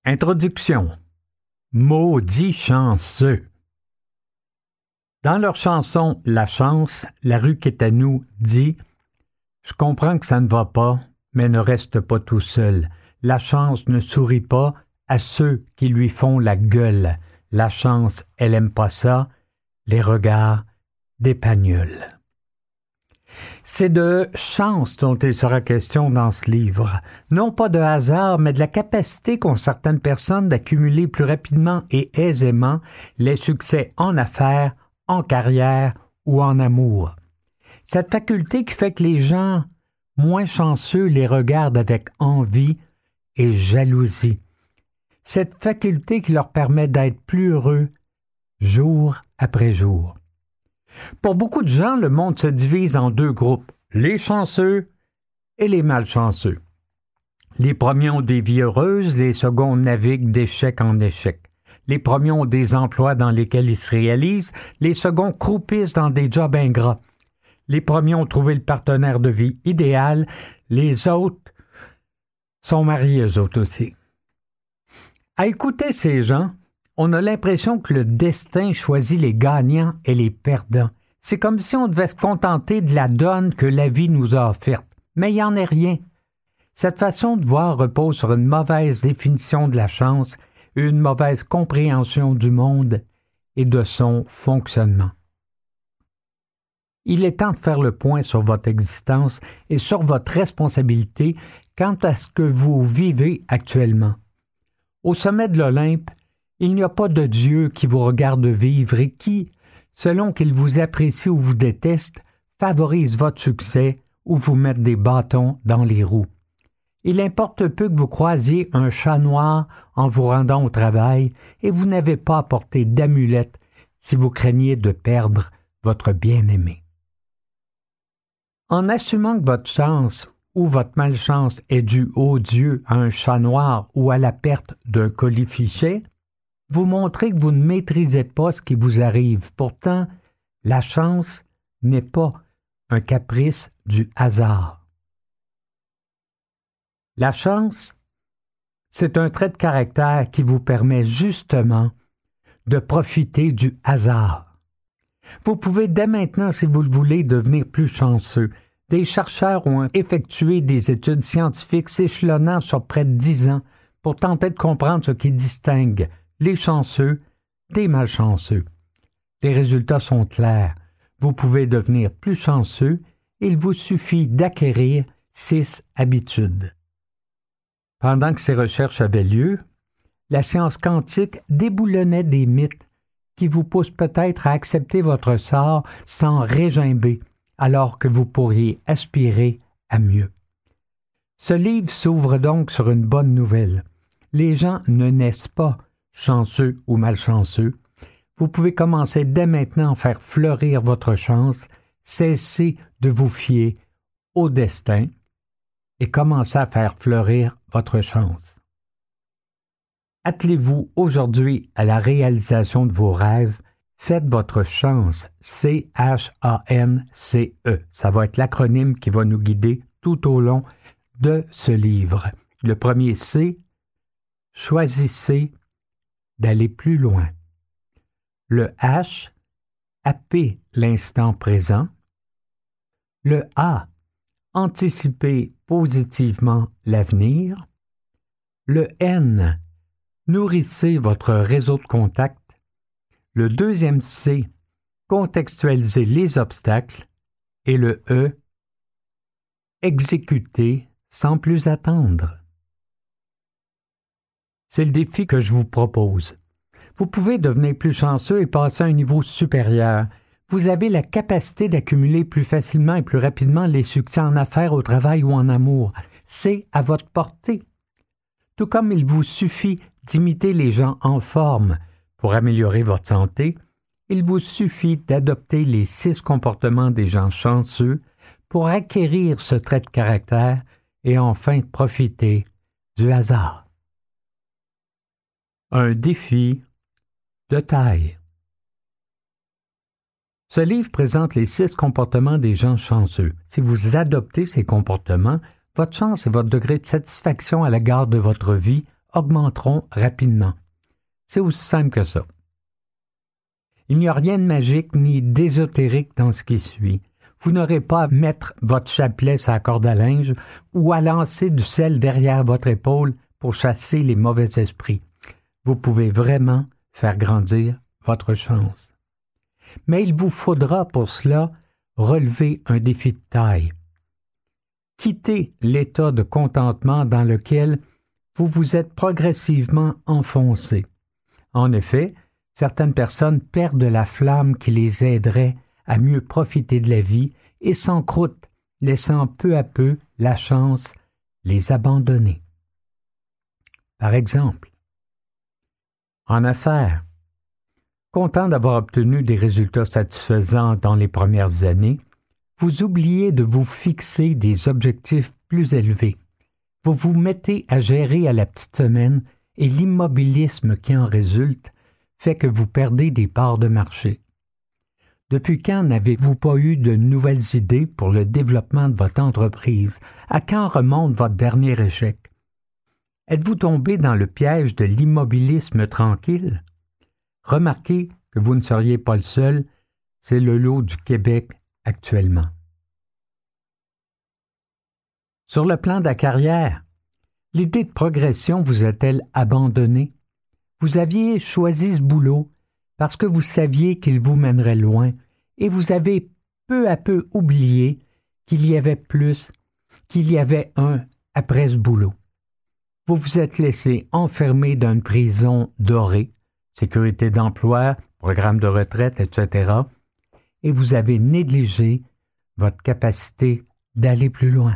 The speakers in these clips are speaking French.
Introduction. Maudit chanceux. Dans leur chanson « La chance », La rue qui est à nous dit « Je comprends que ça ne va pas, mais ne reste pas tout seul. La chance ne sourit pas à ceux qui lui font la gueule. La chance, elle aime pas ça, les regards d'épagnols. » C'est de chance dont il sera question dans ce livre. Non pas de hasard, mais de la capacité qu'ont certaines personnes d'accumuler plus rapidement et aisément les succès en affaires, en carrière ou en amour. Cette faculté qui fait que les gens moins chanceux les regardent avec envie et jalousie. Cette faculté qui leur permet d'être plus heureux jour après jour. Pour beaucoup de gens, le monde se divise en deux groupes, les chanceux et les malchanceux. Les premiers ont des vies heureuses, les seconds naviguent d'échec en échec. Les premiers ont des emplois dans lesquels ils se réalisent, les seconds croupissent dans des jobs ingrats. Les premiers ont trouvé le partenaire de vie idéal, les autres sont mariés eux autres aussi. À écouter ces gens, on a l'impression que le destin choisit les gagnants et les perdants. C'est comme si on devait se contenter de la donne que la vie nous a offerte. Mais il n'y en est rien. Cette façon de voir repose sur une mauvaise définition de la chance, une mauvaise compréhension du monde et de son fonctionnement. Il est temps de faire le point sur votre existence et sur votre responsabilité quant à ce que vous vivez actuellement. Au sommet de l'Olympe, il n'y a pas de Dieu qui vous regarde vivre et qui, selon qu'il vous apprécie ou vous déteste, favorise votre succès ou vous mette des bâtons dans les roues. Il importe peu que vous croisiez un chat noir en vous rendant au travail et vous n'avez pas apporté d'amulette si vous craignez de perdre votre bien-aimé. En assumant que votre chance ou votre malchance est due au Dieu, à un chat noir ou à la perte d'un colifichet, vous montrez que vous ne maîtrisez pas ce qui vous arrive. Pourtant, la chance n'est pas un caprice du hasard. La chance, c'est un trait de caractère qui vous permet justement de profiter du hasard. Vous pouvez dès maintenant, si vous le voulez, devenir plus chanceux. Des chercheurs ont effectué des études scientifiques s'échelonnant sur près de 10 ans pour tenter de comprendre ce qui distingue les chanceux des malchanceux. Les résultats sont clairs. Vous pouvez devenir plus chanceux, il vous suffit d'acquérir 6 habitudes. Pendant que ces recherches avaient lieu, la science quantique déboulonnait des mythes qui vous poussent peut-être à accepter votre sort sans régimber, alors que vous pourriez aspirer à mieux. Ce livre s'ouvre donc sur une bonne nouvelle. Les gens ne naissent pas chanceux ou malchanceux. Vous pouvez commencer dès maintenant à faire fleurir votre chance, cesser de vous fier au destin et commencer à faire fleurir votre chance. Attelez-vous aujourd'hui à la réalisation de vos rêves. Faites votre chance, C-H-A-N-C-E. Ça va être l'acronyme qui va nous guider tout au long de ce livre. Le premier C, choisissez d'aller plus loin. Le H, happez l'instant présent. Le A, anticipez positivement l'avenir. Le N, nourrissez votre réseau de contacts. Le deuxième C, contextualisez les obstacles. Et le E, exécutez sans plus attendre. C'est le défi que je vous propose. Vous pouvez devenir plus chanceux et passer à un niveau supérieur. Vous avez la capacité d'accumuler plus facilement et plus rapidement les succès en affaires, au travail ou en amour. C'est à votre portée. Tout comme il vous suffit d'imiter les gens en forme pour améliorer votre santé, il vous suffit d'adopter les 6 comportements des gens chanceux pour acquérir ce trait de caractère et enfin profiter du hasard. Un défi de taille. Ce livre présente les 6 comportements des gens chanceux. Si vous adoptez ces comportements, votre chance et votre degré de satisfaction à l'égard de votre vie augmenteront rapidement. C'est aussi simple que ça. Il n'y a rien de magique ni d'ésotérique dans ce qui suit. Vous n'aurez pas à mettre votre chapelet sur la corde à linge ou à lancer du sel derrière votre épaule pour chasser les mauvais esprits. Vous pouvez vraiment faire grandir votre chance. Mais il vous faudra pour cela relever un défi de taille. Quittez l'état de contentement dans lequel vous vous êtes progressivement enfoncé. En effet, certaines personnes perdent la flamme qui les aiderait à mieux profiter de la vie et s'encroutent, laissant peu à peu la chance les abandonner. Par exemple, en affaires, content d'avoir obtenu des résultats satisfaisants dans les premières années, vous oubliez de vous fixer des objectifs plus élevés. Vous vous mettez à gérer à la petite semaine et l'immobilisme qui en résulte fait que vous perdez des parts de marché. Depuis quand n'avez-vous pas eu de nouvelles idées pour le développement de votre entreprise? À quand remonte votre dernier échec? Êtes-vous tombé dans le piège de l'immobilisme tranquille? Remarquez que vous ne seriez pas le seul, c'est le lot du Québec actuellement. Sur le plan de la carrière, l'idée de progression vous a-t-elle abandonné? Vous aviez choisi ce boulot parce que vous saviez qu'il vous mènerait loin et vous avez peu à peu oublié qu'il y avait plus, qu'il y avait un après ce boulot. Vous vous êtes laissé enfermer dans une prison dorée, sécurité d'emploi, programme de retraite, etc., et vous avez négligé votre capacité d'aller plus loin.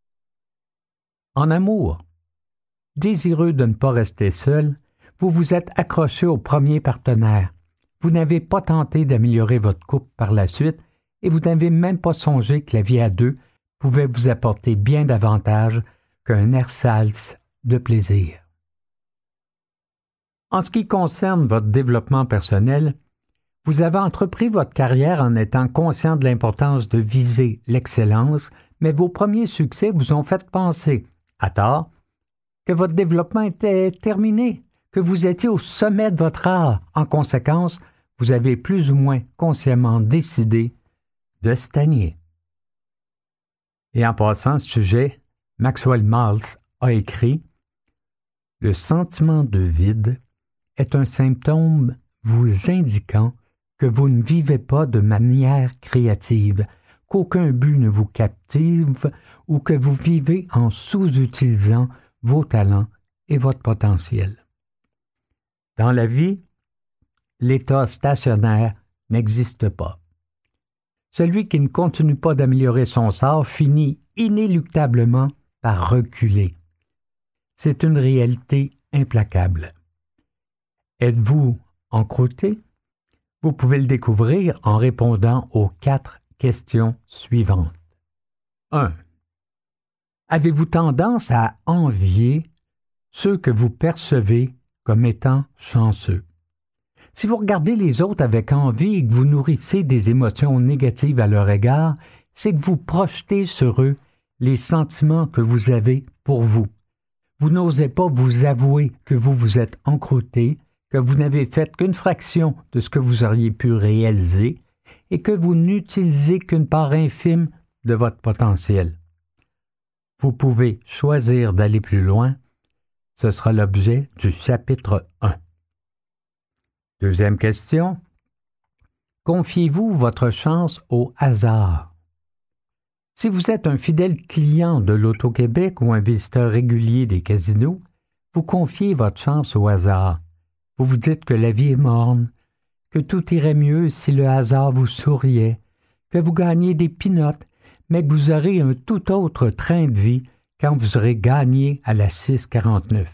En amour, désireux de ne pas rester seul, vous vous êtes accroché au premier partenaire. Vous n'avez pas tenté d'améliorer votre couple par la suite et vous n'avez même pas songé que la vie à deux pouvait vous apporter bien davantage qu'un ersatz de plaisir. En ce qui concerne votre développement personnel, vous avez entrepris votre carrière en étant conscient de l'importance de viser l'excellence, mais vos premiers succès vous ont fait penser, à tort, que votre développement était terminé, que vous étiez au sommet de votre art. En conséquence, vous avez plus ou moins consciemment décidé de stagner. Et en passant à ce sujet, Maxwell Maltz a écrit « Le sentiment de vide est un symptôme vous indiquant que vous ne vivez pas de manière créative, qu'aucun but ne vous captive ou que vous vivez en sous-utilisant vos talents et votre potentiel. » Dans la vie, l'état stationnaire n'existe pas. Celui qui ne continue pas d'améliorer son sort finit inéluctablement par reculer. C'est une réalité implacable. Êtes-vous encrouté? Vous pouvez le découvrir en répondant aux 4 questions suivantes. 1. Avez-vous tendance à envier ceux que vous percevez comme étant chanceux? Si vous regardez les autres avec envie et que vous nourrissez des émotions négatives à leur égard, c'est que vous projetez sur eux les sentiments que vous avez pour vous. Vous n'osez pas vous avouer que vous vous êtes encrouté, que vous n'avez fait qu'une fraction de ce que vous auriez pu réaliser et que vous n'utilisez qu'une part infime de votre potentiel. Vous pouvez choisir d'aller plus loin. Ce sera l'objet du chapitre 1. Deuxième question. Confiez-vous votre chance au hasard? Si vous êtes un fidèle client de l'Auto-Québec ou un visiteur régulier des casinos, vous confiez votre chance au hasard. Vous vous dites que la vie est morne, que tout irait mieux si le hasard vous souriait, que vous gagnez des pinottes, mais que vous aurez un tout autre train de vie quand vous aurez gagné à la 6,49.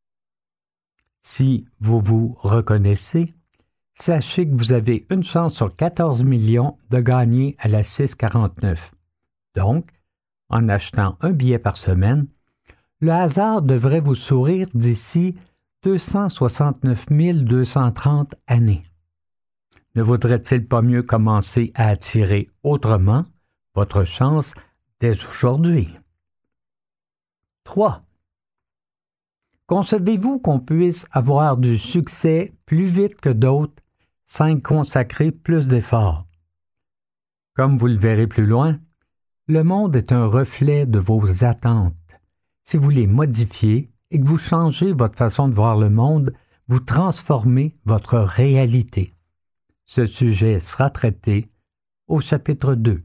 Si vous vous reconnaissez, sachez que vous avez une chance sur 14 millions de gagner à la 6,49. Donc, en achetant un billet par semaine, le hasard devrait vous sourire d'ici 269 230 années. Ne vaudrait-il pas mieux commencer à attirer autrement votre chance dès aujourd'hui? 3. Concevez-vous qu'on puisse avoir du succès plus vite que d'autres sans y consacrer plus d'efforts? Comme vous le verrez plus loin, le monde est un reflet de vos attentes. Si vous les modifiez et que vous changez votre façon de voir le monde, vous transformez votre réalité. Ce sujet sera traité au chapitre 2.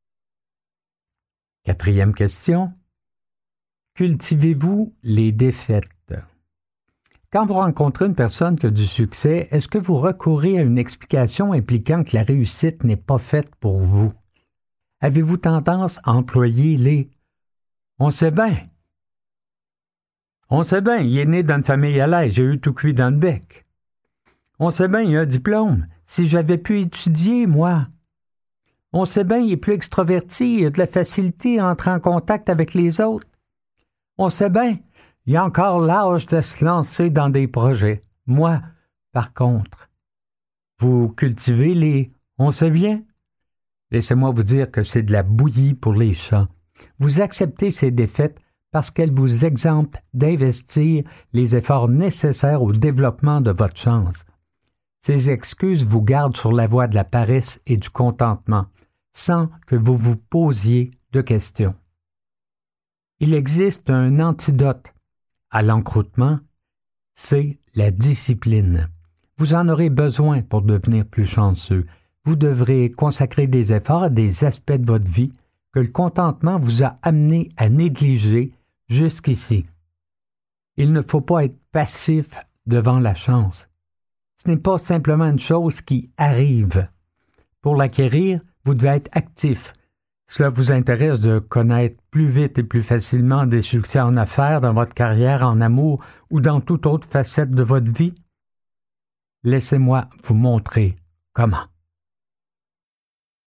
4e question. Cultivez-vous les défaites? Quand vous rencontrez une personne qui a du succès, est-ce que vous recourez à une explication impliquant que la réussite n'est pas faite pour vous? Avez-vous tendance à employer les « on sait bien ». On sait bien, il est né dans une famille à l'aise, j'ai eu tout cuit dans le bec. On sait bien, il a un diplôme. Si j'avais pu étudier, moi. On sait bien, il est plus extraverti, il a de la facilité à entrer en contact avec les autres. On sait bien, il a encore l'âge de se lancer dans des projets. Moi, par contre, vous cultivez les « on sait bien ». Laissez-moi vous dire que c'est de la bouillie pour les chats. Vous acceptez ces défaites parce qu'elles vous exemptent d'investir les efforts nécessaires au développement de votre chance. Ces excuses vous gardent sur la voie de la paresse et du contentement, sans que vous vous posiez de questions. Il existe un antidote à l'encroûtement, c'est la discipline. Vous en aurez besoin pour devenir plus chanceux. Vous devrez consacrer des efforts à des aspects de votre vie que le contentement vous a amené à négliger jusqu'ici. Il ne faut pas être passif devant la chance. Ce n'est pas simplement une chose qui arrive. Pour l'acquérir, vous devez être actif. Cela vous intéresse de connaître plus vite et plus facilement des succès en affaires, dans votre carrière, en amour ou dans toute autre facette de votre vie? Laissez-moi vous montrer comment.